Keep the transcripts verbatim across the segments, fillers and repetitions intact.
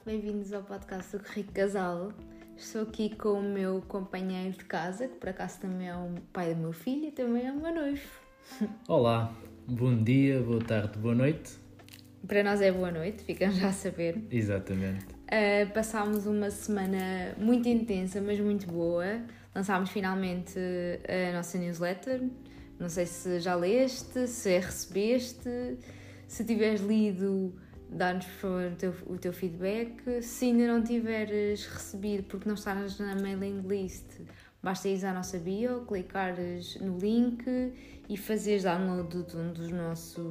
bem-vindos ao podcast do Rico Casal. Estou aqui com o meu companheiro de casa, que por acaso também é o pai do meu filho e também é o meu noivo. Olá, bom dia, boa tarde, boa noite. Para nós é boa noite, ficam já a saber. Exatamente. Uh, passámos uma semana muito intensa, mas muito boa. Lançámos finalmente a nossa newsletter. Não sei se já leste, se a recebeste, se tiveres lido, dá-nos por favor o teu, o teu feedback. Se ainda não tiveres recebido porque não estás na mailing list, basta ir à nossa bio, clicares no link e fazeres download de um dos nossos,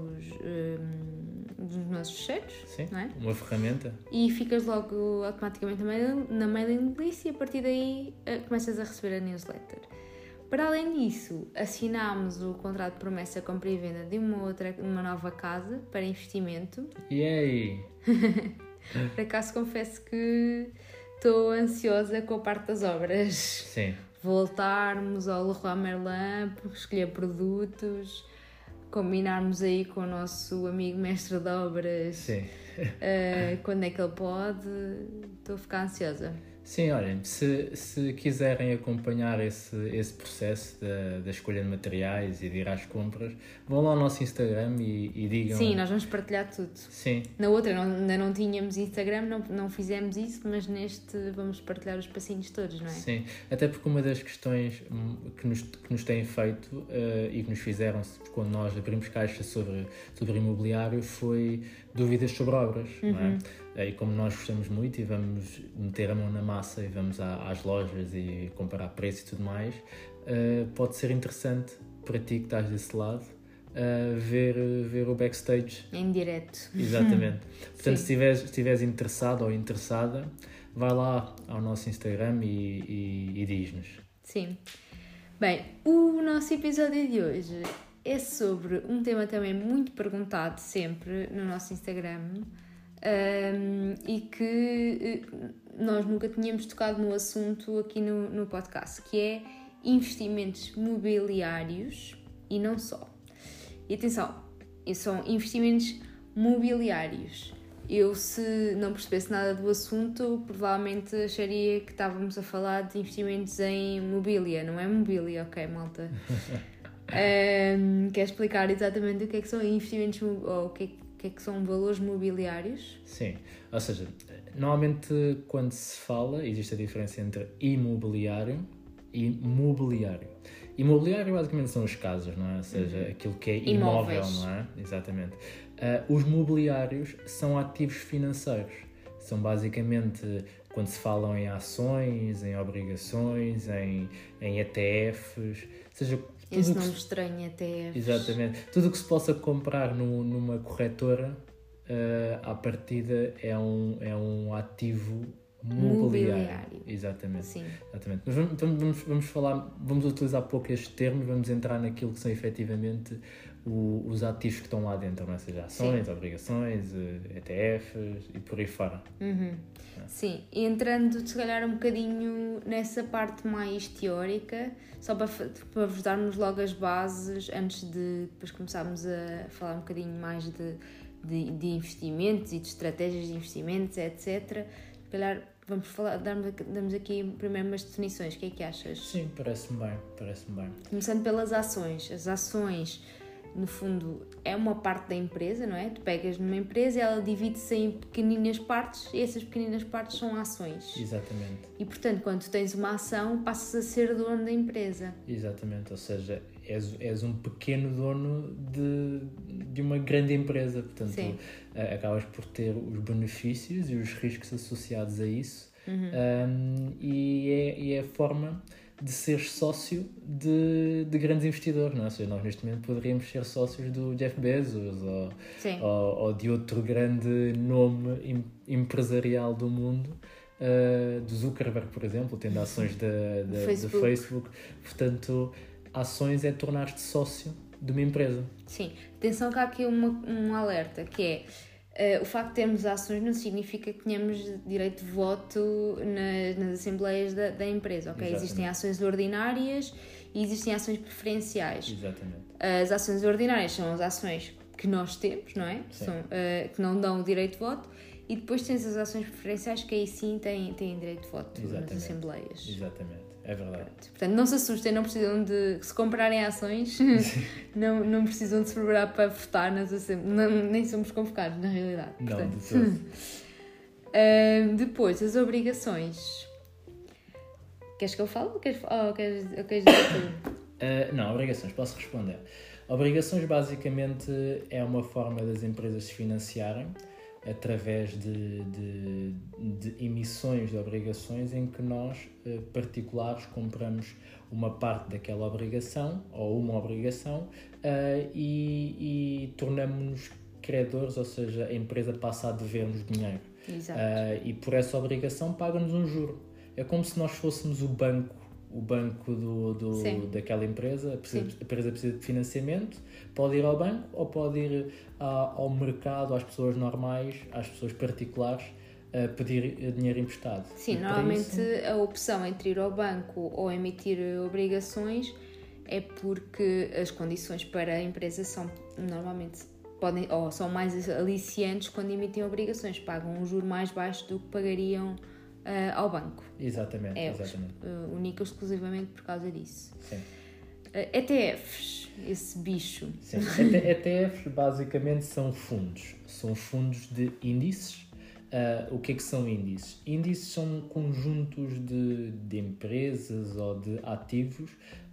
um, dos nossos fecheiros. Sim, não é? Uma ferramenta. E ficas logo automaticamente na mailing list e a partir daí uh, começas a receber a newsletter. Para além disso, assinámos o contrato de promessa, compra e venda de uma, outra, uma nova casa para investimento. Yay! Por acaso confesso que estou ansiosa com a parte das obras. Sim. Voltarmos ao Leroy Merlin, escolher produtos, combinarmos aí com o nosso amigo mestre de obras. Sim. Uh, quando é que ele pode. Estou a ficar ansiosa. Sim, olhem, se, se quiserem acompanhar esse, esse processo da, da escolha de materiais e de ir às compras, vão lá ao nosso Instagram e, e digam... Sim, nós vamos partilhar tudo. Sim. Na outra não, ainda não tínhamos Instagram, não, não fizemos isso, mas neste vamos partilhar os passinhos todos, não é? Sim, até porque uma das questões que nos, que nos têm feito uh, e que nos fizeram quando nós abrimos caixa sobre, sobre imobiliário foi dúvidas sobre obras, uhum. não é? E como nós gostamos muito e vamos meter a mão na massa e vamos às lojas e comparar preço e tudo mais, uh, pode ser interessante para ti que estás desse lado uh, ver, ver o backstage. Em direto. Exatamente. Portanto, se estiveres, se estiveres interessado ou interessada, vai lá ao nosso Instagram e, e, e diz-nos. Sim. Bem, o nosso episódio de hoje é sobre um tema também muito perguntado sempre no nosso Instagram. Um, e que nós nunca tínhamos tocado no assunto aqui no, no podcast, que é investimentos mobiliários e não só. E atenção, são investimentos mobiliários. Eu, se não percebesse nada do assunto, provavelmente acharia que estávamos a falar de investimentos em mobília, não é mobília, ok, malta? um, quer explicar exatamente o que é que são investimentos ou o que é que O que é que são valores mobiliários? Sim, ou seja, normalmente quando se fala, existe a diferença entre imobiliário e mobiliário. Imobiliário basicamente são as casas, não é? Ou seja, uhum. aquilo que é imóvel, imóveis. Não é? Exatamente. Uh, os mobiliários são ativos financeiros. São basicamente, quando se falam em ações, em obrigações, em, em E T Fs, ou seja, esse nome estranho, E T Fs. Exatamente. Tudo o que se possa comprar no, numa corretora, uh, à partida, é um, é um ativo mobiliário. mobiliário. Exatamente. Sim. Exatamente. Mas vamos, vamos, vamos falar, vamos utilizar pouco este termo, vamos entrar naquilo que são efetivamente o, os ativos que estão lá dentro, não é? Seja ações, Sim. obrigações, E T Fs e por aí fora. Uhum. É. Sim, e entrando se calhar um bocadinho nessa parte mais teórica, só para, para vos darmos logo as bases antes de depois começarmos a falar um bocadinho mais de, de, de investimentos e de estratégias de investimentos, etcétera. Se calhar vamos falar, damos, damos aqui primeiro umas definições, o que é que achas? Sim, parece-me bem, parece-me bem. Começando pelas ações. As ações, no fundo, é uma parte da empresa, não é? Tu pegas numa empresa e ela divide-se em pequeninas partes e essas pequeninas partes são ações. Exatamente. E, portanto, quando tu tens uma ação, passas a ser dono da empresa. Exatamente, ou seja, és, és um pequeno dono de, de uma grande empresa, portanto, Sim. acabas por ter os benefícios e os riscos associados a isso, uhum. um, e, é, e é a forma de ser sócio de, de grandes investidores, não é? Ou seja, nós neste momento poderíamos ser sócios do Jeff Bezos ou, ou, ou de outro grande nome em, empresarial do mundo, uh, do Zuckerberg, por exemplo, tendo ações da, da, Facebook. do Facebook. Portanto, ações é tornar-te sócio de uma empresa. Sim. Atenção que há aqui uma, um alerta, que é Uh, o facto de termos ações não significa que tenhamos direito de voto nas, nas assembleias da, da empresa, ok? Exatamente. Existem ações ordinárias e existem ações preferenciais. Exatamente. As ações ordinárias são as ações que nós temos, não é? São, uh, que não dão o direito de voto, e depois tens as ações preferenciais que aí sim têm, têm direito de voto Exatamente. nas assembleias. Exatamente, é verdade. Pronto. Portanto, não se assustem, não precisam de, se comprarem ações, não, não precisam de se preparar para votar nas assembleias, nem somos convocados na realidade. Não, Portanto, de todo. uh, depois, as obrigações. Queres que eu fale ou queres, oh, queres, ou queres dizer tu? Uh, não, obrigações, posso responder. Obrigações basicamente é uma forma das empresas se financiarem através de, de, de emissões de obrigações em que nós, uh, particulares, compramos uma parte daquela obrigação ou uma obrigação uh, e, e tornamos-nos credores, ou seja, a empresa passa a dever-nos dinheiro. Exato. Uh, e por essa obrigação paga-nos um juro. É como se nós fôssemos o banco, o banco do, do, daquela empresa. A empresa, a empresa precisa de financiamento, pode ir ao banco ou pode ir a, ao mercado, às pessoas normais, às pessoas particulares, a pedir dinheiro emprestado. Sim, e normalmente isso... a opção entre ir ao banco ou emitir obrigações é porque as condições para a empresa são normalmente podem, ou são mais aliciantes quando emitem obrigações, pagam um juro mais baixo do que pagariam Uh, ao banco. Exatamente, é exatamente. Uh, única exclusivamente por causa disso. Sim. Uh, E T Fs, esse bicho. Sim. E T Fs basicamente são fundos, são fundos de índices. Uh, o que é que são índices? Índices são conjuntos de, de empresas ou de ativos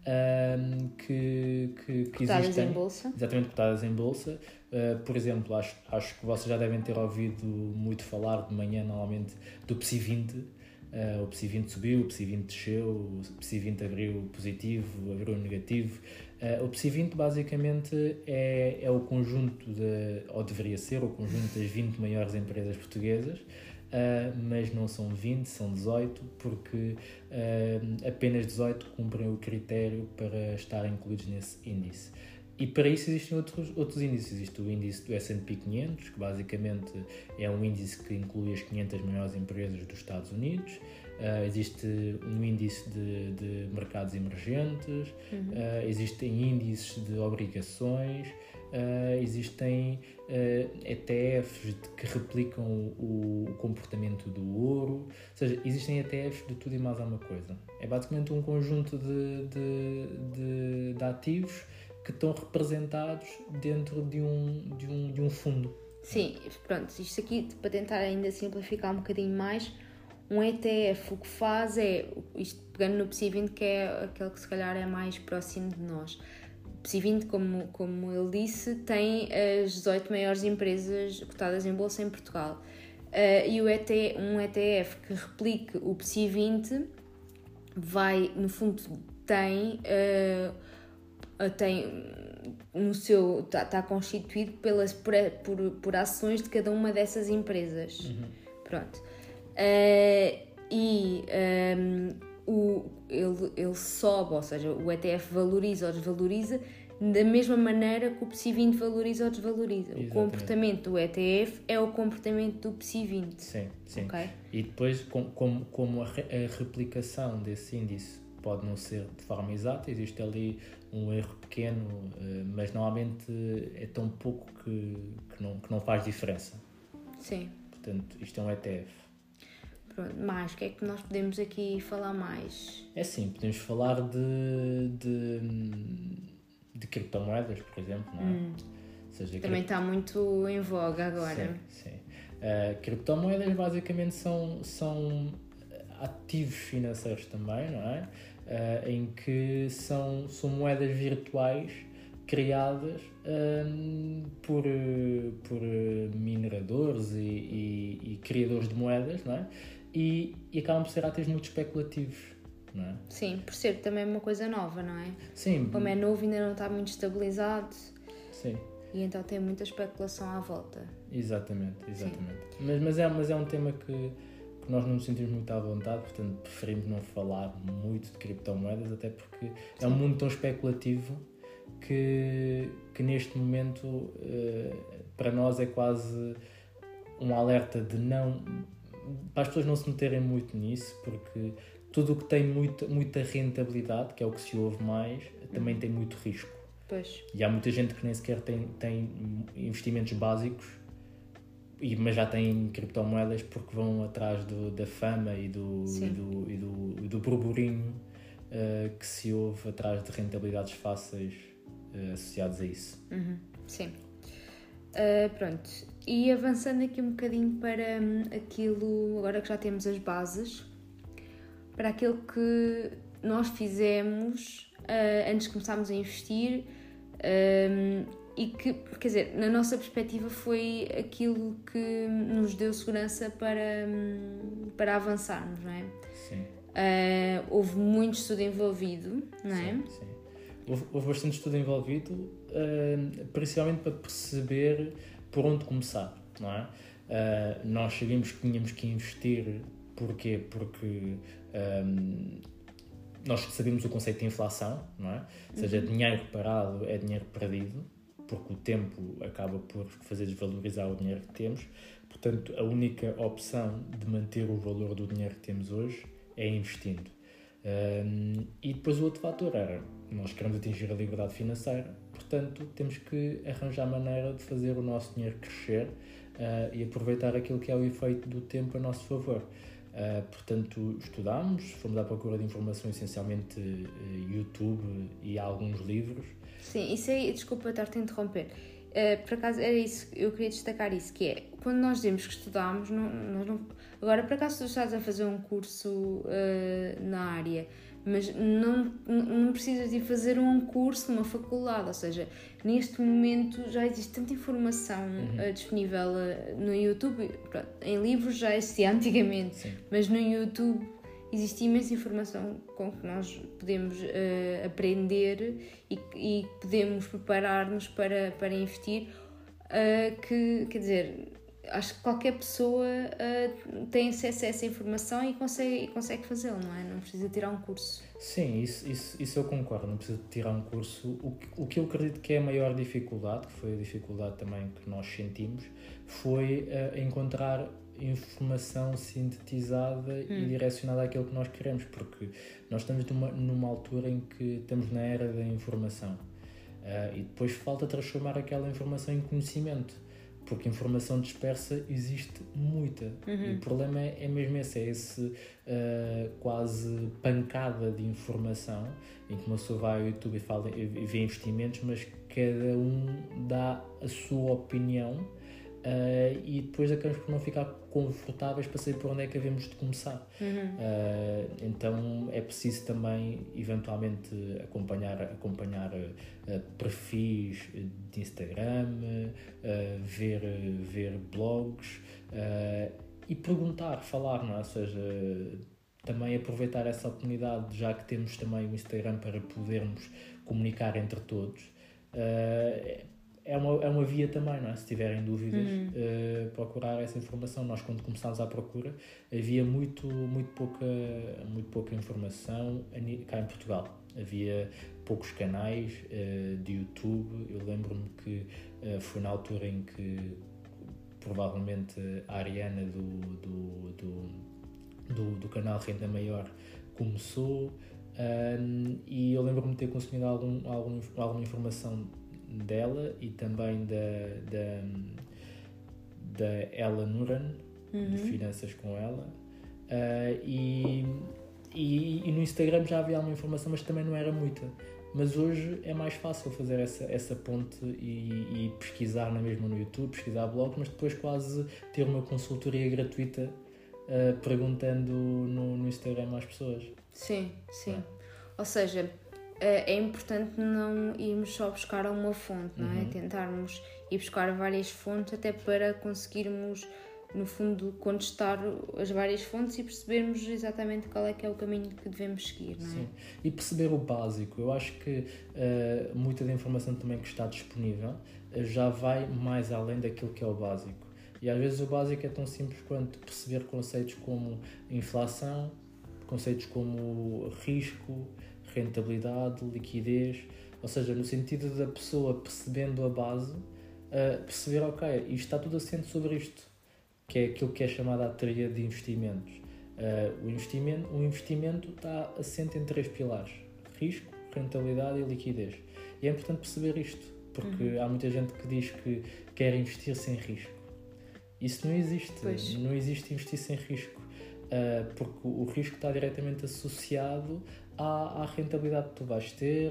um, que, que, que cotadas existem. em bolsa. Exatamente, cotadas em bolsa. Uh, por exemplo, acho, acho que vocês já devem ter ouvido muito falar de manhã, normalmente, do P S I vinte. Uh, o P S I vinte subiu, o P S I vinte desceu, o P S I vinte abriu positivo, abriu negativo. Uh, o P S I vinte basicamente é, é o conjunto, de, ou deveria ser o conjunto das vinte maiores empresas portuguesas, uh, mas não são vinte, são dezoito, porque uh, apenas dezoito cumprem o critério para estar incluídos nesse índice. E para isso existem outros, outros índices. Existe o índice do S and P quinhentos, que basicamente é um índice que inclui as quinhentas maiores empresas dos Estados Unidos. Uh, existe um índice de, de mercados emergentes, uhum. uh, existem índices de obrigações, uh, existem uh, E T Fs que replicam o, o comportamento do ouro. Ou seja, existem E T Fs de tudo e mais alguma coisa. É basicamente um conjunto de, de, de, de ativos que estão representados dentro de um, de um, de um fundo. Sim, pronto, isto aqui, para tentar ainda simplificar um bocadinho mais, um E T F o que faz é, isto pegando no P S I vinte, que é aquele que se calhar é mais próximo de nós. O P S I vinte, como, como ele disse, tem as dezoito maiores empresas cotadas em bolsa em Portugal. Uh, e o E T, um E T F que replique o P S I vinte vai, no fundo, tem... Uh, tem no seu está tá constituído pelas por, por, por ações de cada uma dessas empresas. Uhum. Pronto. Uh, e um, o, ele, ele sobe, ou seja, o E T F valoriza ou desvaloriza da mesma maneira que o P S I vinte valoriza ou desvaloriza. Exatamente. O comportamento do E T F é o comportamento do P S I vinte. Sim, sim. Okay? E depois, como, como, como a, a replicação desse índice pode não ser de forma exata, existe ali um erro pequeno, mas normalmente é tão pouco que, que, não, que não faz diferença. Sim. Portanto, isto é um E T F. Pronto, mais, o que é que nós podemos aqui falar mais? É sim, podemos falar de, de, de criptomoedas, por exemplo, não é? Hum. Ou seja, também cripto... está muito em voga agora. Sim, sim. Uh, criptomoedas basicamente são, são ativos financeiros também, não é? Uh, em que são, são moedas virtuais criadas um, por, por mineradores e, e, e criadores de moedas, não é? E, e acabam por ser ativos muito especulativos, não é? Sim, por ser também uma coisa nova, não é? Sim. Como é novo, ainda não está muito estabilizado. Sim. E então tem muita especulação à volta. Exatamente, exatamente. Mas, mas, é, mas é um tema que que nós não nos sentimos muito à vontade, portanto preferimos não falar muito de criptomoedas, até porque Sim. é um mundo tão especulativo que, que neste momento uh, para nós é quase um alerta de não, para as pessoas não se meterem muito nisso, porque tudo o que tem muita, muita rentabilidade, que é o que se ouve mais, também tem muito risco. Pois. E há muita gente que nem sequer tem, tem investimentos básicos e, mas já têm criptomoedas porque vão atrás do, da fama e do, e do, e do, e do burburinho uh, que se ouve atrás de rentabilidades fáceis uh, associadas a isso. Uhum. Sim. Uh, pronto, e avançando aqui um bocadinho para um, aquilo, agora que já temos as bases, para aquilo que nós fizemos uh, antes de começarmos a investir um, e que, quer dizer, na nossa perspectiva foi aquilo que nos deu segurança para, um, para avançarmos, não é? Sim. Uh, houve muito estudo envolvido, não é? Sim, sim. Houve, houve bastante estudo envolvido, uh, principalmente para perceber por onde começar, não é? Uh, nós sabíamos que tínhamos que investir, porquê? Porque um, nós sabemos o conceito de inflação, não é? Ou seja, uhum. dinheiro parado é dinheiro perdido, porque o tempo acaba por fazer desvalorizar o dinheiro que temos. Portanto, a única opção de manter o valor do dinheiro que temos hoje é investindo. Um, e depois o outro fator era, nós queremos atingir a liberdade financeira, portanto temos que arranjar maneira de fazer o nosso dinheiro crescer uh, e aproveitar aquilo que é o efeito do tempo a nosso favor. Uh, portanto, estudámos, fomos à procura de informação, essencialmente uh, YouTube e alguns livros. Sim, isso aí, desculpa estar-te a interromper. Uh, por acaso era isso, eu queria destacar isso, que é, quando nós dizemos que estudámos, não, nós não, agora por acaso tu estás a fazer um curso uh, na área, mas não, não precisas de fazer um curso numa faculdade, ou seja, neste momento já existe tanta informação uhum. uh, disponível uh, no YouTube, pronto, em livros já existia antigamente, Sim. mas no YouTube existe imensa informação com que nós podemos uh, aprender e, e podemos preparar-nos para, para investir, uh, que, quer dizer, acho que qualquer pessoa uh, tem acesso a essa informação e consegue, e consegue fazê-lo, não é? Não precisa tirar um curso. Sim, isso, isso, isso eu concordo, não precisa tirar um curso. O que, o que eu acredito que é a maior dificuldade, que foi a dificuldade também que nós sentimos, foi uh, encontrar informação sintetizada hum. e direcionada àquilo que nós queremos, porque nós estamos numa, numa altura em que estamos na era da informação uh, e depois falta transformar aquela informação em conhecimento, porque informação dispersa existe muita uhum. e o problema é, é mesmo esse, é esse uh, quase pancada de informação em que uma pessoa vai ao YouTube e, fala, e vê investimentos, mas cada um dá a sua opinião. Uh, e depois acabamos por não ficar confortáveis para saber por onde é que havemos de começar. Uhum. Uh, então é preciso também eventualmente acompanhar, acompanhar uh, perfis de Instagram, uh, ver, ver blogs uh, e perguntar, falar, não é? Ou seja, também aproveitar essa oportunidade, já que temos também o Instagram para podermos comunicar entre todos. Uh, É uma, é uma via também, não é? Se tiverem dúvidas, uhum. uh, procurar essa informação. Nós, quando começámos à procura, havia muito, muito, pouca, muito pouca informação cá em Portugal. Havia poucos canais uh, de YouTube. Eu lembro-me que uh, foi na altura em que provavelmente a Ariana do, do, do, do, do canal Renda Maior começou, um, e eu lembro-me de ter consumido algum, algum, alguma informação dela e também da, da, da Ella Nuran, uhum. de Finanças com Ela, uh, e, e, e no Instagram já havia alguma informação, mas também não era muita. Mas hoje é mais fácil fazer essa, essa ponte e, e pesquisar na mesma no YouTube, pesquisar blogs, mas depois quase ter uma consultoria gratuita uh, perguntando no, no Instagram às pessoas. Sim, sim. É. Ou seja, é importante não irmos só buscar uma fonte, não é? Uhum. Tentarmos ir buscar várias fontes até para conseguirmos, no fundo, contestar as várias fontes e percebermos exatamente qual é que é o caminho que devemos seguir, não é? Sim, e perceber o básico. Eu acho que uh, muita da informação também que está disponível uh, já vai mais além daquilo que é o básico. E às vezes o básico é tão simples quanto perceber conceitos como inflação, conceitos como risco, rentabilidade, liquidez, ou seja, no sentido da pessoa percebendo a base, uh, perceber, ok, isto está tudo assente sobre isto, que é aquilo que é chamada a teoria de investimentos. Uh, o investimento. O investimento está assente em três pilares: risco, rentabilidade e liquidez. E é importante perceber isto, porque uhum. há muita gente que diz que quer investir sem risco. Isso não existe. Pois. Não existe investir sem risco. Uh, porque o risco está diretamente associado à, à rentabilidade que tu vais ter.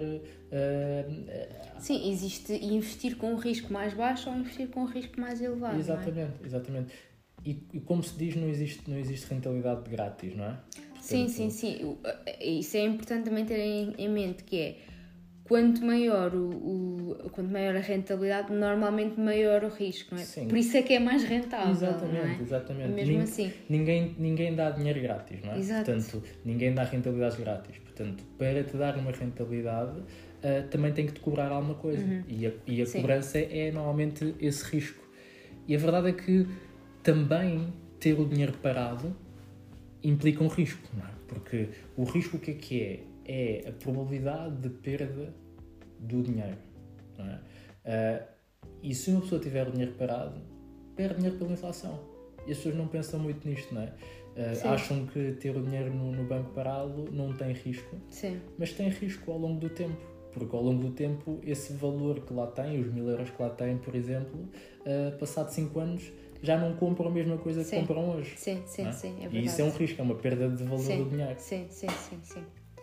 Uh, Sim, existe investir com um risco mais baixo ou investir com um risco mais elevado. Exatamente, não é? exatamente. E, e como se diz, não existe, não existe rentabilidade grátis, não é? Portanto, sim, sim, sim. Isso é importante também ter em, em mente, que é quanto maior, o, o, quanto maior a rentabilidade, normalmente maior o risco, não é? Sim. Por isso é que é mais rentável. Exatamente, não é? exatamente. Mesmo Nin, assim. Ninguém, ninguém dá dinheiro grátis, não é? Exato. Portanto, ninguém dá rentabilidades grátis. Portanto, para te dar uma rentabilidade, uh, também tem que te cobrar alguma coisa. Uhum. E a, e a Sim. cobrança é normalmente esse risco. E a verdade é que também ter o dinheiro parado implica um risco, não é? Porque o risco o que é que é? É a probabilidade de perda do dinheiro, não é? Uh, e se uma pessoa tiver o dinheiro parado, perde dinheiro pela inflação. E as pessoas não pensam muito nisto, não é? Uh, acham que ter o dinheiro no, no banco parado não tem risco. Sim. Mas tem risco ao longo do tempo. Porque ao longo do tempo, esse valor que lá tem, os mil euros que lá tem, por exemplo, uh, passado cinco anos, já não compram a mesma coisa que sim. compram hoje. Sim, sim, é? sim, é verdade. E isso é um risco, é uma perda de valor sim. do dinheiro. Sim, sim, sim, sim.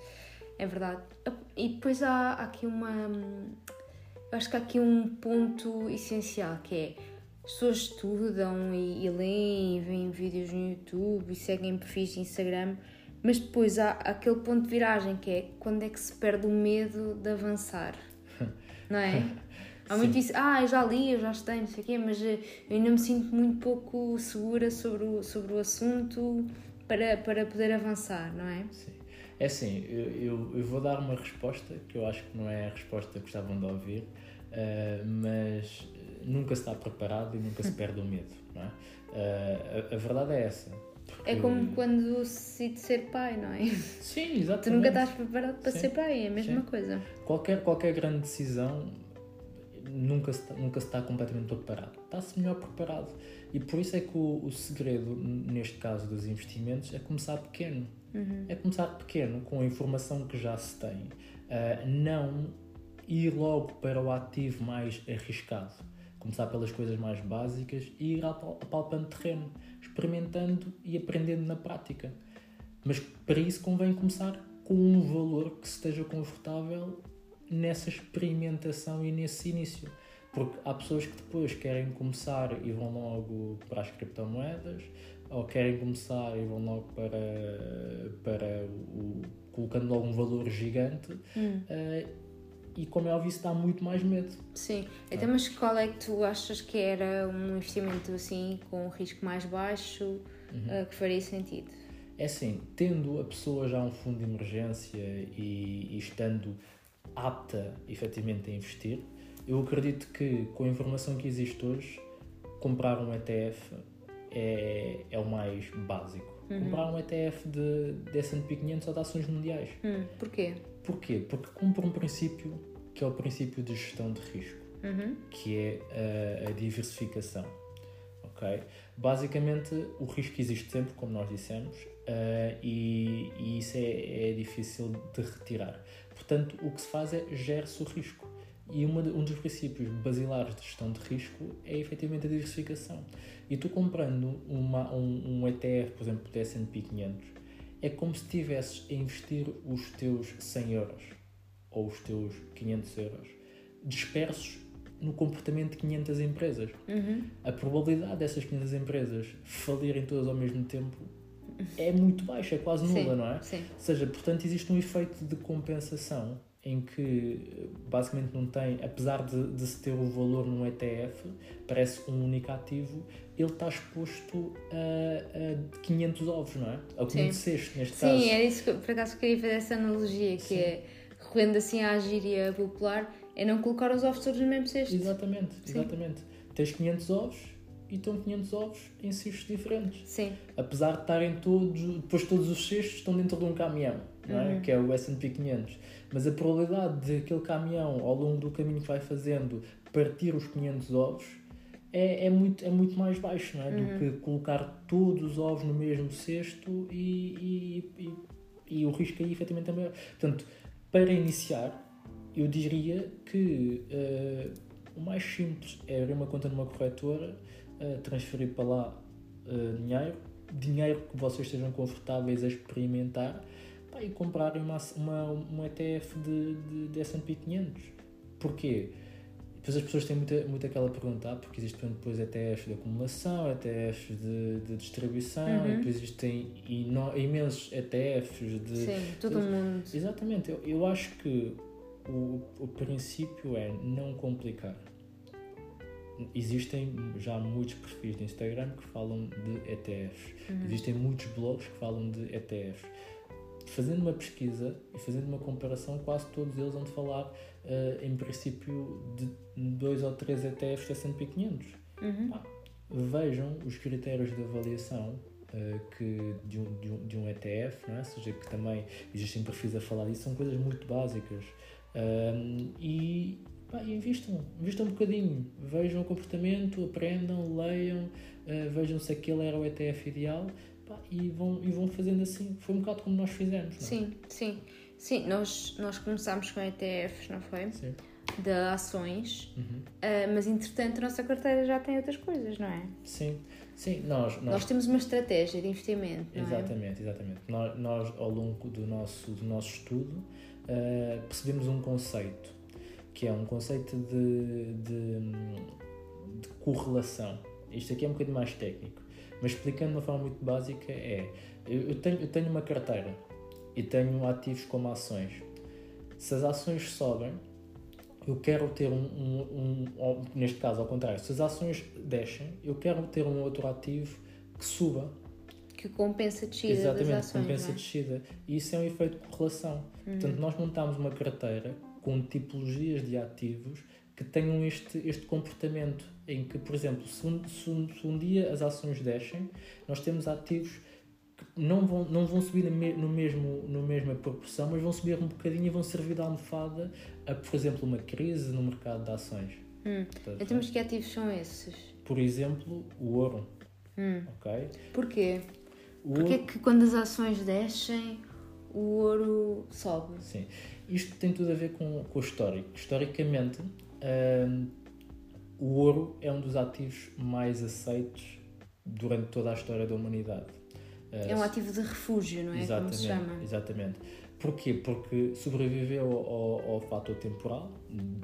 É verdade. E depois há, há aqui uma... Eu acho que há aqui um ponto essencial, que é as pessoas estudam e, e leem e veem vídeos no YouTube e seguem perfis de Instagram, mas depois há aquele ponto de viragem, que é quando é que se perde o medo de avançar, não é? Há muito isso, ah, eu já li, eu já estudei, não sei o quê, mas eu ainda me sinto muito pouco segura sobre o, sobre o assunto para, para poder avançar, não é? Sim. É assim, eu, eu, eu vou dar uma resposta que eu acho que não é a resposta que gostavam de ouvir, uh, mas nunca se está preparado e nunca se perde o medo, não é? Uh, a, a verdade é essa. É como quando se decide ser pai, não é? Sim, exatamente. Tu nunca estás preparado para Sim. ser pai, é a mesma Sim. coisa. Qualquer, qualquer grande decisão nunca se, nunca se está completamente preparado. Está-se melhor preparado. E por isso é que o, o segredo, neste caso dos investimentos, é começar pequeno. Uhum. É começar pequeno, com a informação que já se tem. Uh, não ir logo para o ativo mais arriscado. Começar pelas coisas mais básicas e ir apalpando terreno, experimentando e aprendendo na prática. Mas para isso convém começar com um valor que esteja confortável nessa experimentação e nesse início. Porque há pessoas que depois querem começar e vão logo para as criptomoedas, ou querem começar e vão logo para, para o, colocando logo um valor gigante, hum. uh, e como é óbvio isso dá muito mais medo. Sim, então, mas qual é que tu achas que era um investimento assim com um risco mais baixo, uhum. uh, que faria sentido? É assim, tendo a pessoa já um fundo de emergência e, e estando apta efetivamente a investir, eu acredito que com a informação que existe hoje, comprar um E T F é, é o mais básico. Uhum. Comprar um E T F de, de S and P quinhentos ou de ações mundiais. Hum, porquê? Porquê? Porque cumpre um princípio que é o princípio de gestão de risco, uhum. que é a, a diversificação. Okay? Basicamente, o risco existe sempre, como nós dissemos, uh, e, e isso é, é difícil de retirar. Portanto, o que se faz é gera-se o risco. E uma de, um dos princípios basilares de gestão de risco é efetivamente a diversificação. E tu comprando uma, um, um E T F, por exemplo, do S and P quinhentos, é como se estivesses a investir os teus cem euros ou os teus quinhentos euros dispersos no comportamento de quinhentas empresas. Uhum. A probabilidade dessas quinhentas empresas falirem todas ao mesmo tempo é muito baixa, é quase nula, sim, não é? Sim. Ou seja, portanto, existe um efeito de compensação em que basicamente não tem, apesar de, de se ter o valor num E T F, parece um único ativo, ele está exposto a, a quinhentos ovos, não é? A quinhentos cestos, neste sim, caso. Sim, era isso que por acaso queria fazer essa analogia, que sim. é, recorrendo assim à gíria popular, é não colocar os ovos todos no mesmo cesto. Exatamente, exatamente. Sim. Tens quinhentos ovos e estão quinhentos ovos em cestos diferentes. Sim. Apesar de estarem todos, depois todos os cestos estão dentro de um caminhão, não é? Uhum. Que é o S and P quinhentos. Mas a probabilidade de aquele caminhão, ao longo do caminho que vai fazendo, partir os quinhentos ovos é, é, muito, é muito mais baixo, não é? Uhum. Do que colocar todos os ovos no mesmo cesto e, e, e, e o risco aí efetivamente é maior. Portanto, para iniciar, eu diria que uh, O mais simples é abrir uma conta numa corretora, uh, transferir para lá uh, dinheiro, dinheiro que vocês estejam confortáveis a experimentar, pá, e comprarem uma, uma, um E T F de, de, de S and P quinhentos. Porquê? Depois as pessoas têm muito, muito aquela pergunta, ah, porque existem depois E T Fs de acumulação, E T Fs de, de distribuição, uhum. e depois existem ino, imensos E T Fs de... Sim, todo o mundo. Exatamente, eu, eu acho que o, o princípio é não complicar. Existem já muitos perfis de Instagram que falam de E T Fs, uhum. existem muitos blogs que falam de E T Fs. Fazendo uma pesquisa e fazendo uma comparação, quase todos eles vão falar, uh, em princípio, de dois ou três E T Fs de S and P quinhentos. Uhum. Ah, vejam os critérios de avaliação uh, que de, um, de, um, de um E T F, não é? Ou seja, que também existem perfis a falar disso, são coisas muito básicas. Um, e pá, invistam, invistam um bocadinho, vejam o comportamento, aprendam, leiam, uh, vejam se aquele era o E T F ideal. E vão, e vão fazendo assim. Foi um bocado como nós fizemos, não é? Sim, sim. Sim, nós, nós começámos com E T Fs, não foi? Sim. De ações, uhum. uh, mas entretanto a nossa carteira já tem outras coisas, não é? Sim, sim. Nós, nós... nós temos uma estratégia de investimento, não exatamente, é? Exatamente, nós, nós ao longo do nosso, do nosso estudo uh, percebemos um conceito, que é um conceito de, de, de correlação. Isto aqui é um bocadinho mais técnico. Mas explicando de uma forma muito básica é, eu, eu, tenho, eu tenho uma carteira e tenho ativos como ações. Se as ações sobem, eu quero ter um, um, um, neste caso ao contrário, se as ações descem, eu quero ter um outro ativo que suba. Que compensa a descida. Exatamente, das ações, compensa não é? a descida. E isso é um efeito de correlação. Uhum. Portanto, nós montamos uma carteira com tipologias de ativos que tenham este, este comportamento, em que, por exemplo, se um, se, um, se um dia as ações descem, nós temos ativos que não vão, não vão subir no, me, no, mesmo, no mesma proporção, mas vão subir um bocadinho e vão servir de almofada a, por exemplo, uma crise no mercado de ações. Hum. Portanto, então, mas que ativos são esses? Por exemplo, o ouro. Hum. Okay? Porquê? O Porquê ouro... que quando as ações descem, o ouro sobe? Sim. Isto tem tudo a ver com, com o histórico. Historicamente, Um, o ouro é um dos ativos mais aceitos durante toda a história da humanidade. É um ativo de refúgio, não é? Exatamente, como se chama. Exatamente. Porquê? Porque sobreviveu ao, ao fator temporal,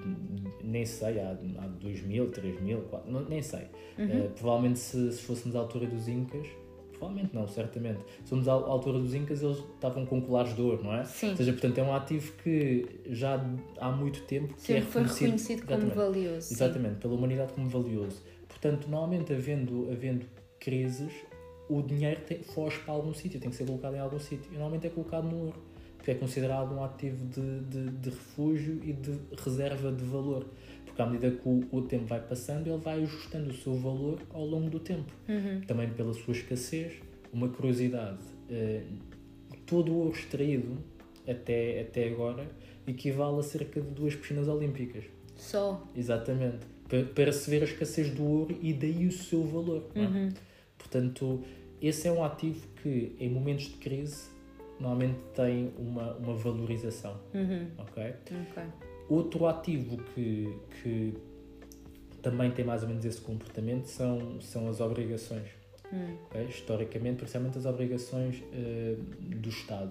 nem sei, há, há dois mil, três mil, quatro, não, nem sei. Uhum. Uh, provavelmente se, se fôssemos à altura dos Incas, provavelmente não, certamente. Se fomos à altura dos Incas, eles estavam com colares de ouro, não é? Sim. Ou seja, portanto, é um ativo que já há muito tempo que Sempre é reconhecido, foi reconhecido como valioso. Exatamente, sim. Pela humanidade como valioso. Portanto, normalmente, havendo, havendo crises, o dinheiro tem, foge para algum sítio, tem que ser colocado em algum sítio. E normalmente é colocado no ouro, porque é considerado um ativo de, de, de refúgio e de reserva de valor. Porque à medida que o, o tempo vai passando, ele vai ajustando o seu valor ao longo do tempo. Uhum. Também pela sua escassez. Uma curiosidade, eh, todo o ouro extraído até, até agora equivale a cerca de duas piscinas olímpicas. Só? Exatamente. Para, para se ver a escassez do ouro e daí o seu valor. Uhum. Não é? Portanto, esse é um ativo que em momentos de crise normalmente tem uma, uma valorização. Uhum. Okay? Ok. Outro ativo que, que também tem mais ou menos esse comportamento são, são as obrigações. Hum. Okay? Historicamente, principalmente as obrigações uh, do Estado,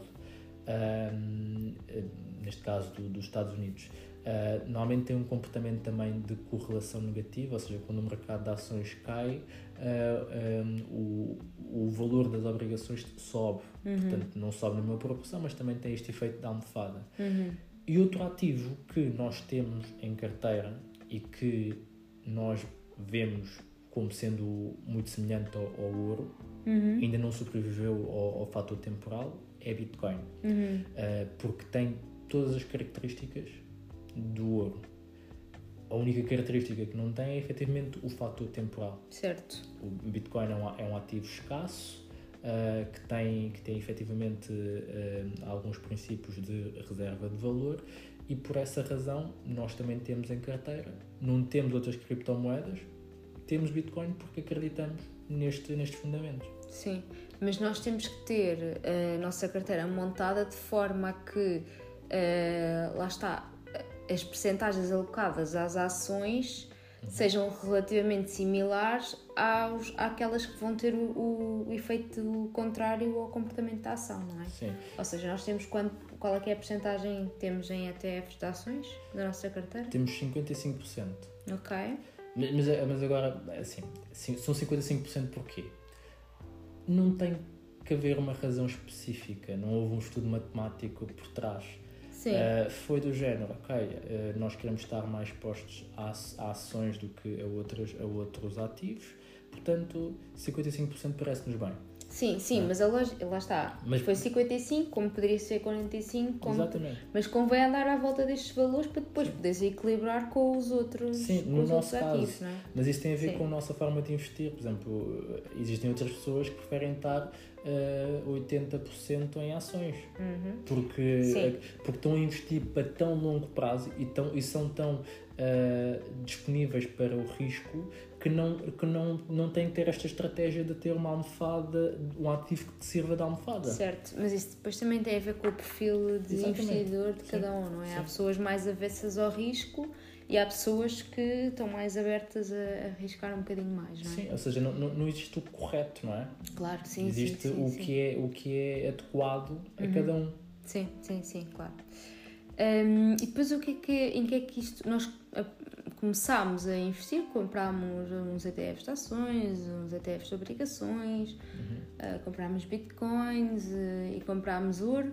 uh, neste caso do, dos Estados Unidos. Uh, normalmente tem um comportamento também de correlação negativa, ou seja, quando o mercado de ações cai, uh, um, o, o valor das obrigações sobe. Uhum. Portanto, não sobe na mesma proporção, mas também tem este efeito de almofada. Uhum. E outro ativo que nós temos em carteira e que nós vemos como sendo muito semelhante ao, ao ouro, uhum. ainda não sobreviveu ao, ao fator temporal, é Bitcoin. Uhum. Uh, porque tem todas as características do ouro. A única característica que não tem é efetivamente o fator temporal. Certo. O Bitcoin é um, é um ativo escasso, uh, que, tem, que tem efetivamente uh, alguns princípios de reserva de valor, e por essa razão nós também temos em carteira. Não temos outras criptomoedas, temos Bitcoin porque acreditamos neste, nestes fundamentos. Sim, mas nós temos que ter a nossa carteira montada de forma a que, uh, lá está, as percentagens alocadas às ações sejam relativamente similares aos, àquelas que vão ter o, o efeito contrário ao comportamento da ação, não é? Sim. Ou seja, nós temos quanto, qual é que é a percentagem que temos em E T Fs de ações da nossa carteira? Temos cinquenta e cinco por cento. Ok. Mas, mas agora, assim, são cinquenta e cinco por cento porquê? Não tem que haver uma razão específica, não houve um estudo matemático por trás. Uh, foi do género, ok, uh, nós queremos estar mais expostos a, a ações do que a outros, a outros ativos, portanto cinquenta e cinco por cento parece-nos bem. Sim, sim, é. Mas a loja, lá está, mas foi cinquenta e cinco por cento, como poderia ser quarenta e cinco por cento, como, exatamente. Mas convém andar à volta destes valores para depois poderes equilibrar com os outros, sim, com no os nosso outros caso, ativos, não é? Mas isso tem a ver sim. com a nossa forma de investir. Por exemplo, existem outras pessoas que preferem estar uh, oitenta por cento em ações, uhum. porque, porque estão a investir para tão longo prazo e, tão, e são tão uh, disponíveis para o risco que não, que não, não têm que ter esta estratégia de ter uma almofada, um ativo que te sirva de almofada. Certo, mas isso depois também tem a ver com o perfil de exatamente. Investidor de cada um, não é? Sim. Há pessoas mais avessas ao risco e há pessoas que estão mais abertas a arriscar um bocadinho mais, não é? Sim, ou seja, não, não existe o correto, não é? Claro, sim, existe sim, sim, o, sim. Que é, o que é adequado a uhum. cada um. Sim, sim, sim, claro. Um, e depois o que é que, em que é que isto... Nós começámos a investir, comprámos uns E T Fs de ações, uns E T Fs de obrigações, uhum. uh, comprámos bitcoins uh, e comprámos ouro.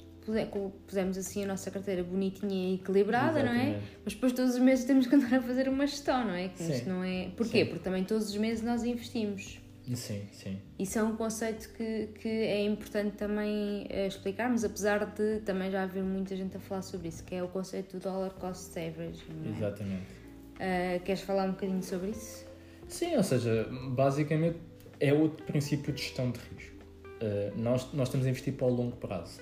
Pusemos assim a nossa carteira bonitinha e equilibrada, exatamente. Não é? Mas depois todos os meses temos que andar a fazer uma gestão, não é? Que isto não é... Porquê? Sim. Porque também todos os meses nós investimos. Sim, sim. Isso é um conceito que, que é importante também uh, explicarmos, apesar de também já haver muita gente a falar sobre isso, que é o conceito do dollar cost average, não é? Exatamente. Uh, queres falar um bocadinho sobre isso? Sim, ou seja, basicamente é outro princípio de gestão de risco. Uh, nós, nós estamos a investir para o longo prazo.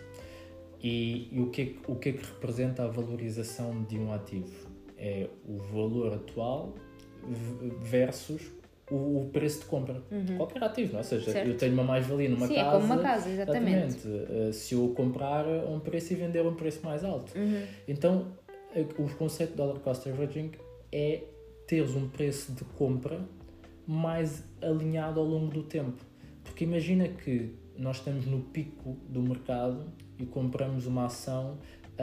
E, e o, que é que, o que é que representa a valorização de um ativo? É o valor atual versus o, o preço de compra uhum. de qualquer ativo, não é? Ou seja, certo. Eu tenho uma mais-valia numa Sim, casa... Sim, é como uma casa, exatamente. exatamente uh, se eu comprar a um preço e vender a um preço mais alto. Uhum. Então, o conceito de dollar cost averaging é teres um preço de compra mais alinhado ao longo do tempo. Porque imagina que nós estamos no pico do mercado e compramos uma ação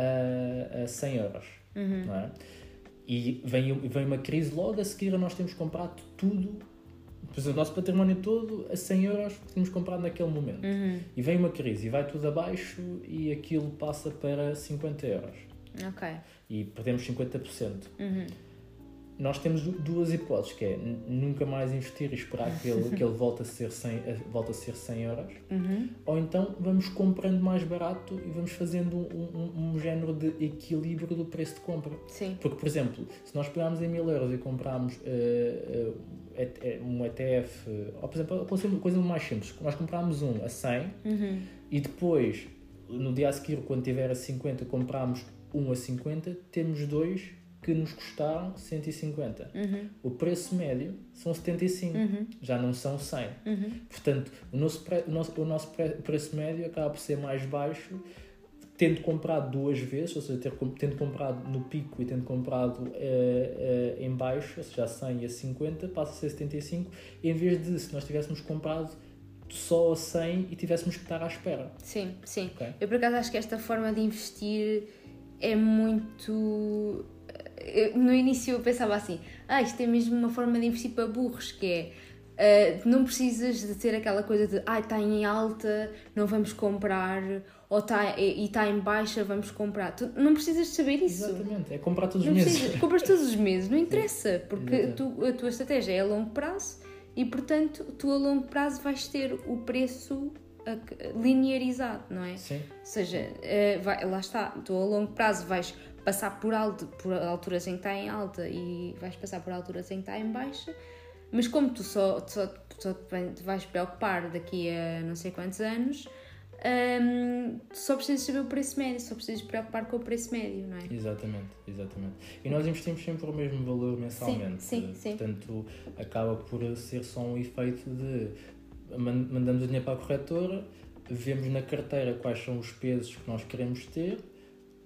a, a cem euros, uhum. não é? E vem, vem uma crise logo a seguir a nós temos comprado tudo, por exemplo, o nosso património todo a cem euros que tínhamos comprado naquele momento. Uhum. E vem uma crise e vai tudo abaixo e aquilo passa para cinquenta euros. Ok. E perdemos cinquenta por cento. Uhum. Nós temos duas hipóteses, que é nunca mais investir e esperar que ele, que ele volte, a ser cem, volte a ser cem euros, uhum. ou então vamos comprando mais barato e vamos fazendo um, um, um género de equilíbrio do preço de compra. Sim. Porque, por exemplo, se nós pegarmos em mil euros e comprarmos uh, uh, um E T F, ou por exemplo, uma coisa mais simples, nós compramos um a cem uhum. e depois, no dia a seguir, quando tiver a cinquenta, compramos um a cinquenta, temos dois que nos custaram cento e cinquenta. Uhum. O preço médio são setenta e cinco, uhum. já não são cem. Uhum. Portanto, o nosso, pre, o, nosso, o nosso pre, preço médio acaba por ser mais baixo, tendo comprado duas vezes, ou seja, ter, tendo comprado no pico e tendo comprado uh, uh, em baixo, ou seja, a cem e a cinquenta, passa a ser setenta e cinco, em vez de, se nós tivéssemos comprado só a cem e tivéssemos que estar à espera. Sim, sim. Okay? Eu, por acaso, acho que esta forma de investir é muito... Eu, no início eu pensava assim, ah, isto é mesmo uma forma de investir para burros, que é, uh, não precisas de ter aquela coisa de, ah, está em alta, não vamos comprar, ou está, e está em baixa, vamos comprar. Tu não precisas de saber isso. Exatamente, é comprar todos não os meses. Precisas, compras todos os meses, não interessa, porque tu, a tua estratégia é a longo prazo e, portanto, tu a longo prazo vais ter o preço linearizado, não é? Sim. Ou seja, uh, vai, lá está, tu a longo prazo vais passar por, alto, por alturas em que está em alta e vais passar por alturas em que está em baixa, mas como tu só, só, só te vais preocupar daqui a não sei quantos anos, um, só precisas saber o preço médio, só precisas preocupar com o preço médio, não é? Exatamente, exatamente. E nós investimos sempre o mesmo valor mensalmente. Sim, sim, sim. Portanto, acaba por ser só um efeito de mandamos o dinheiro para a corretora, vemos na carteira quais são os pesos que nós queremos ter,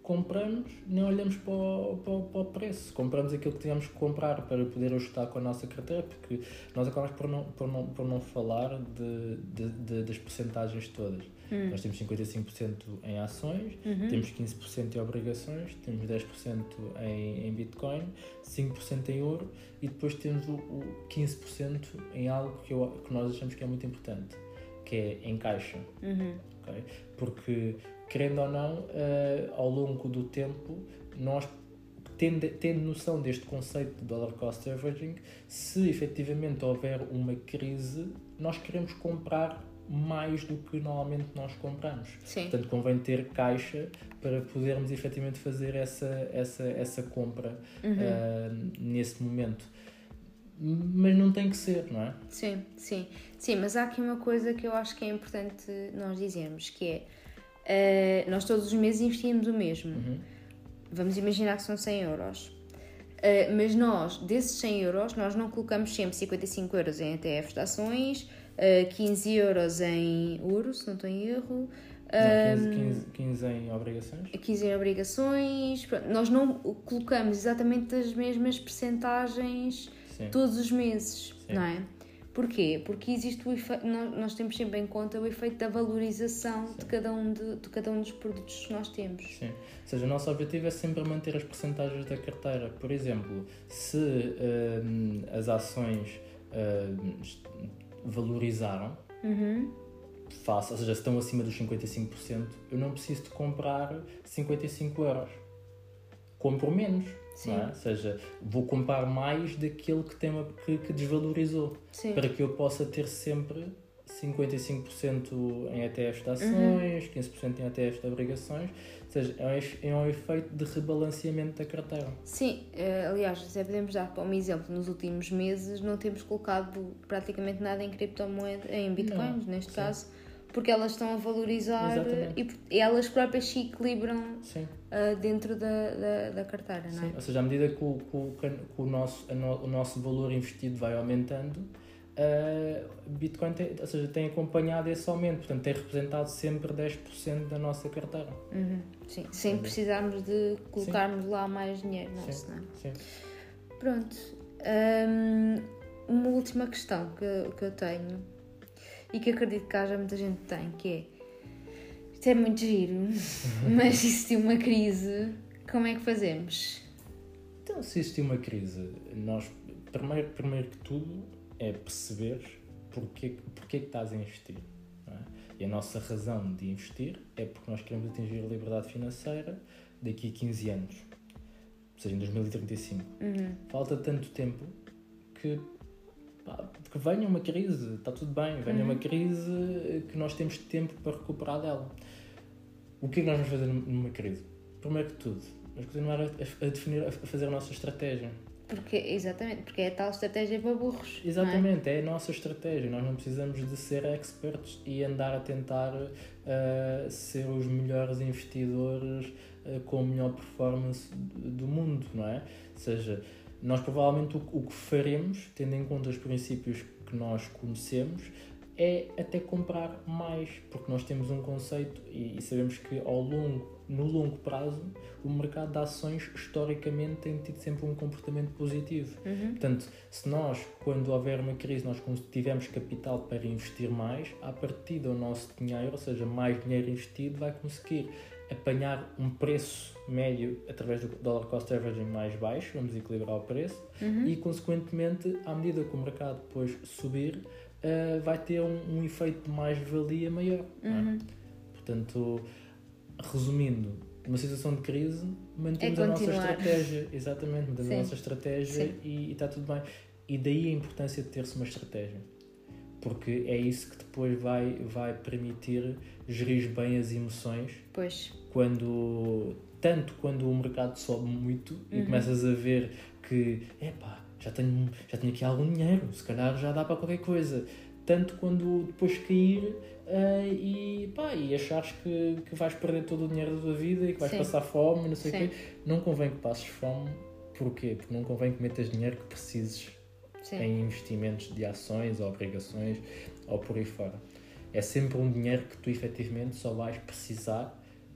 compramos, nem olhamos para o, para, o, para o preço, compramos aquilo que tivemos que comprar para poder ajustar com a nossa carteira, porque nós acabamos por não, por não, por não falar de, de, de, das percentagens todas. Hum. Nós temos cinquenta e cinco por cento em ações, uhum. temos quinze por cento em obrigações, temos dez por cento em, em Bitcoin, cinco por cento em ouro e depois temos o, o quinze por cento em algo que, eu, que nós achamos que é muito importante, que é em caixa. Uhum. Okay? Porque, querendo ou não, uh, ao longo do tempo, nós, tendo, tendo noção deste conceito de dollar cost averaging, se efetivamente houver uma crise, nós queremos comprar mais do que normalmente nós compramos. Sim. Portanto, convém ter caixa para podermos efetivamente fazer essa, essa, essa compra uhum. uh, nesse momento. Mas não tem que ser, não é? Sim, sim. Sim, mas há aqui uma coisa que eu acho que é importante nós dizermos, que é, uh, nós todos os meses investimos o mesmo. Uhum. Vamos imaginar que são cem euros. Uh, mas nós, desses cem euros, nós não colocamos sempre cinquenta e cinco euros em E T Fs de ações, uh, quinze euros em ouro, se não estou em erro. Não, quinze, quinze, quinze em obrigações. quinze em obrigações. Pronto, nós não colocamos exatamente as mesmas percentagens Sim. todos os meses, Sim. não é? Porquê? Porque existe o efeito, nós, nós temos sempre em conta o efeito da valorização de cada, um de, de cada um dos produtos que nós temos. Sim. Ou seja, o nosso objetivo é sempre manter as percentagens da carteira. Por exemplo, se uh, as ações uh, valorizaram, uhum. face, ou seja, se estão acima dos cinquenta e cinco por cento, eu não preciso de comprar cinquenta e cinco euros. Compro menos. Não é? Ou seja, vou comprar mais daquele que, tem uma, que, que desvalorizou. Sim. Para que eu possa ter sempre cinquenta e cinco por cento em E T Fs de ações, uhum. quinze por cento em E T Fs de obrigações. Ou seja, é um, é um efeito de rebalanceamento da carteira. Sim, aliás, se podemos dar um exemplo, nos últimos meses não temos colocado praticamente nada em criptomoeda, em bitcoins, não. neste Sim. caso, porque elas estão a valorizar Exatamente. e elas próprias se equilibram uh, dentro da, da, da carteira, não é? Sim. Ou seja, à medida que o, que, que o, nosso, o nosso valor investido vai aumentando, uh, Bitcoin tem, ou seja, tem acompanhado esse aumento, portanto tem representado sempre dez por cento da nossa carteira. Uhum. Sim, sem precisarmos de colocarmos Sim. lá mais dinheiro nosso, Sim. não é? Sim. Pronto. Um, uma última questão que, que eu tenho e que acredito que haja muita gente que tem, que é, isto é muito giro, mas se existir uma crise, como é que fazemos? Então, se existir uma crise, nós, primeiro, primeiro que tudo, é perceber porque, porque é que estás a investir. Não é? E a nossa razão de investir é porque nós queremos atingir a liberdade financeira daqui a quinze anos, ou seja, em dois mil e trinta e cinco. Uhum. Falta tanto tempo que que venha uma crise, está tudo bem, venha uhum. uma crise que nós temos tempo para recuperar dela. O que é que nós vamos fazer numa crise? Primeiro que tudo, vamos continuar a, a definir, a fazer a nossa estratégia. Porque, exatamente, porque é a tal estratégia para burros. Exatamente, é? é a nossa estratégia. Nós não precisamos de ser experts e andar a tentar uh, ser os melhores investidores uh, com a melhor performance do mundo, não é? Ou seja, nós provavelmente o, o que faremos, tendo em conta os princípios que nós conhecemos, é até comprar mais, porque nós temos um conceito e, e sabemos que ao longo, no longo prazo o mercado de ações historicamente tem tido sempre um comportamento positivo. Uhum. Portanto, se nós, quando houver uma crise, nós tivermos capital para investir mais, à partida o nosso dinheiro, ou seja, mais dinheiro investido, vai conseguir apanhar um preço médio através do dollar cost averaging mais baixo, vamos equilibrar o preço, uhum. e consequentemente, à medida que o mercado depois subir, uh, vai ter um, um efeito de mais-valia maior. Uhum. Não é? Portanto, resumindo, numa situação de crise, mantemos é a nossa estratégia, exatamente, mantemos Sim. a nossa estratégia e, e está tudo bem. E daí a importância de ter-se uma estratégia. Porque é isso que depois vai, vai permitir gerir bem as emoções. Pois. Quando, tanto quando o mercado sobe muito e uhum. começas a ver que, epá, já tenho, já tenho aqui algum dinheiro, se calhar já dá para qualquer coisa. Tanto quando depois cair uh, e, pá, e achares que, que vais perder todo o dinheiro da tua vida e que vais Sim. passar fome e não sei o quê. Não convém que passes fome. Porquê? Porque não convém que metas dinheiro que precises Sim. em investimentos de ações ou obrigações ou por aí fora. É sempre um dinheiro que tu efetivamente só vais precisar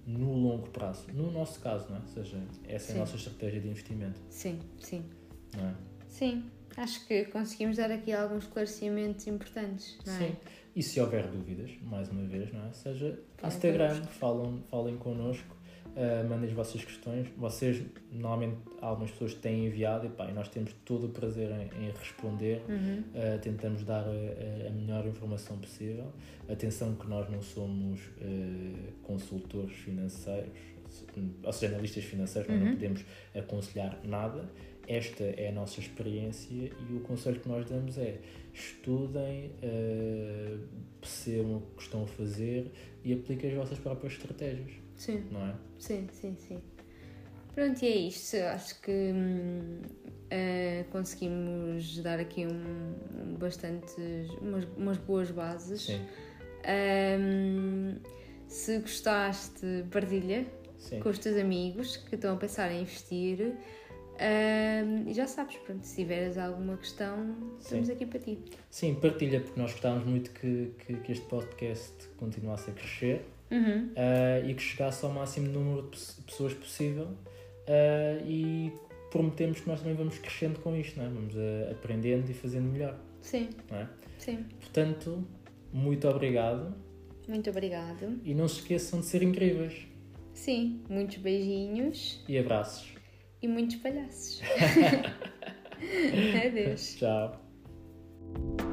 no longo prazo. No nosso caso, não é? Ou seja, essa é Sim. a nossa estratégia de investimento. Sim, sim. Não é? Sim, acho que conseguimos dar aqui alguns esclarecimentos importantes, não é? Sim. E se houver dúvidas, mais uma vez, não é? Seja Falem Instagram, connosco. falam, falem connosco, uh, mandem as vossas questões. Vocês, normalmente, algumas pessoas têm enviado e, pá, e nós temos todo o prazer em, em responder. Uhum. Uh, tentamos dar a, a melhor informação possível. Atenção que nós não somos uh, consultores financeiros, ou seja, analistas financeiros, nós Uhum. não podemos aconselhar nada. Esta é a nossa experiência e o conselho que nós damos é estudem, uh, percebam o que estão a fazer e apliquem as vossas próprias estratégias. Sim. Não é? Sim, sim, sim. Pronto, e é isto. Acho que hum, uh, conseguimos dar aqui um, um bastantes, umas, umas boas bases. Sim. Um, se gostaste, partilha Sim. com os teus amigos que estão a pensar em investir. Um, e já sabes, pronto, se tiveres alguma questão, estamos Sim. aqui para ti. Sim, partilha, porque nós gostávamos muito que, que, que este podcast continuasse a crescer. Uhum. Uh, e que chegasse ao máximo número de pe- pessoas possível, uh, e prometemos que nós também vamos crescendo com isto, não é? Vamos uh, aprendendo e fazendo melhor, Sim, não é? sim. Portanto, muito obrigado Muito obrigado. e não se esqueçam de ser incríveis. Sim, muitos beijinhos E abraços. e muitos palhaços. Adeus. Tchau.